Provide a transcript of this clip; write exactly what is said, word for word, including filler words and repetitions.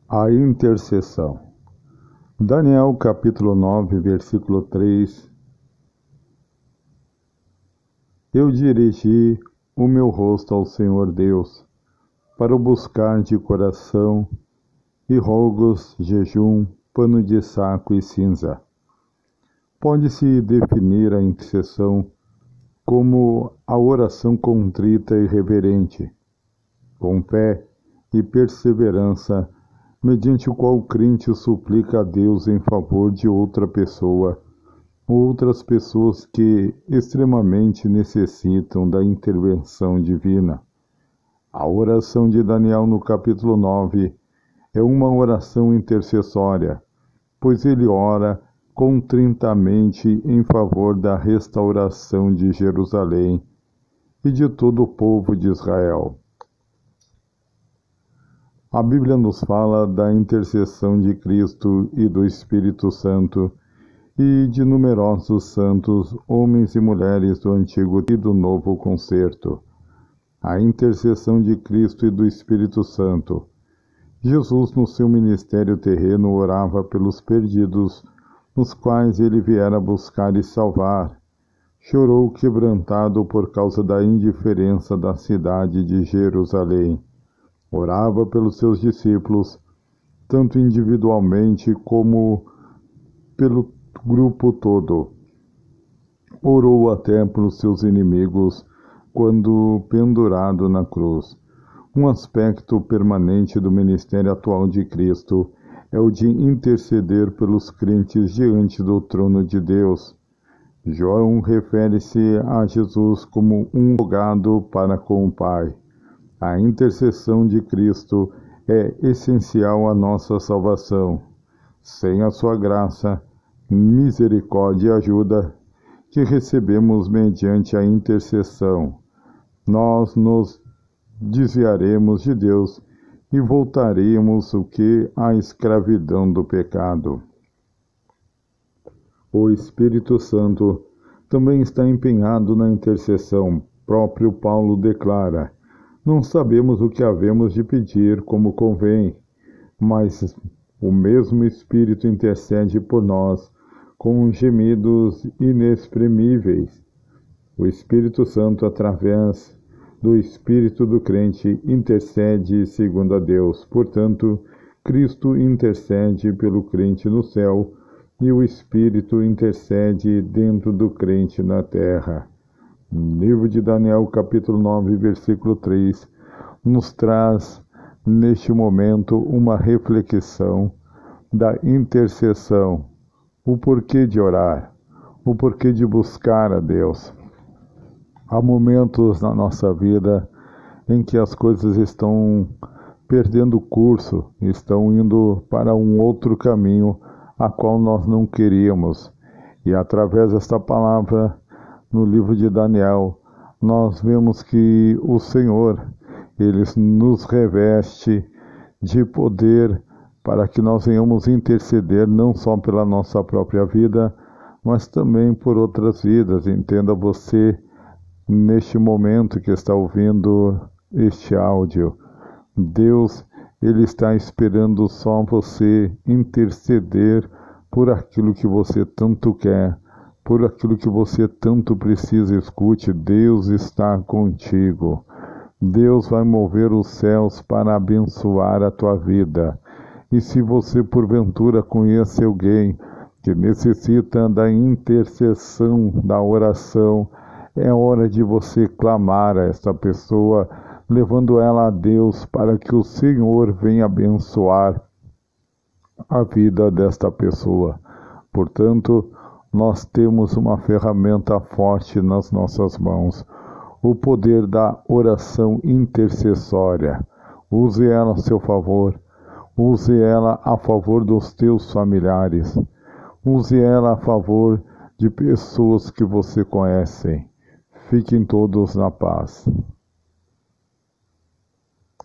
A intercessão. Daniel capítulo nove, versículo três. Eu dirigi o meu rosto ao Senhor Deus, para o buscar de coração, e rogos, jejum, pano de saco e cinza. Pode-se definir a intercessão como a oração contrita e reverente, com fé e perseverança, mediante o qual o crente suplica a Deus em favor de outra pessoa, outras pessoas que extremamente necessitam da intervenção divina. A oração de Daniel no capítulo nove é uma oração intercessória, pois ele ora contritamente em favor da restauração de Jerusalém e de todo o povo de Israel. A Bíblia nos fala da intercessão de Cristo e do Espírito Santo e de numerosos santos, homens e mulheres do Antigo e do Novo Concerto. A intercessão de Cristo e do Espírito Santo. Jesus, no seu ministério terreno, orava pelos perdidos, nos quais ele viera buscar e salvar. Chorou quebrantado por causa da indiferença da cidade de Jerusalém. Orava pelos seus discípulos, tanto individualmente como pelo grupo todo. Orou até pelos seus inimigos, quando pendurado na cruz. Um aspecto permanente do ministério atual de Cristo é o de interceder pelos crentes diante do trono de Deus. João refere-se a Jesus como um advogado para com o Pai. A intercessão de Cristo é essencial à nossa salvação. Sem a sua graça, misericórdia e ajuda que recebemos mediante a intercessão, nós nos desviaremos de Deus e voltaremos o que à escravidão do pecado. O Espírito Santo também está empenhado na intercessão. Próprio Paulo declara: não sabemos o que havemos de pedir como convém, mas o mesmo Espírito intercede por nós com gemidos inexprimíveis. O Espírito Santo, através do Espírito do crente, intercede segundo a Deus. Portanto, Cristo intercede pelo crente no céu e o Espírito intercede dentro do crente na terra. No livro de Daniel, capítulo nove, versículo três, nos traz, neste momento, uma reflexão da intercessão, o porquê de orar, o porquê de buscar a Deus. Há momentos na nossa vida em que as coisas estão perdendo curso, estão indo para um outro caminho a qual nós não queríamos. E através desta palavra, no livro de Daniel, nós vemos que o Senhor, Ele nos reveste de poder para que nós venhamos interceder não só pela nossa própria vida, mas também por outras vidas. Entenda você, neste momento que está ouvindo este áudio, Deus, Ele está esperando só você interceder por aquilo que você tanto quer, por aquilo que você tanto precisa. Escute, Deus está contigo. Deus vai mover os céus para abençoar a tua vida. E se você porventura conhece alguém que necessita da intercessão, da oração, é hora de você clamar a esta pessoa, levando ela a Deus para que o Senhor venha abençoar a vida desta pessoa. Portanto, nós temos uma ferramenta forte nas nossas mãos, o poder da oração intercessória. Use ela a seu favor, use ela a favor dos teus familiares, use ela a favor de pessoas que você conhece. Fiquem todos na paz.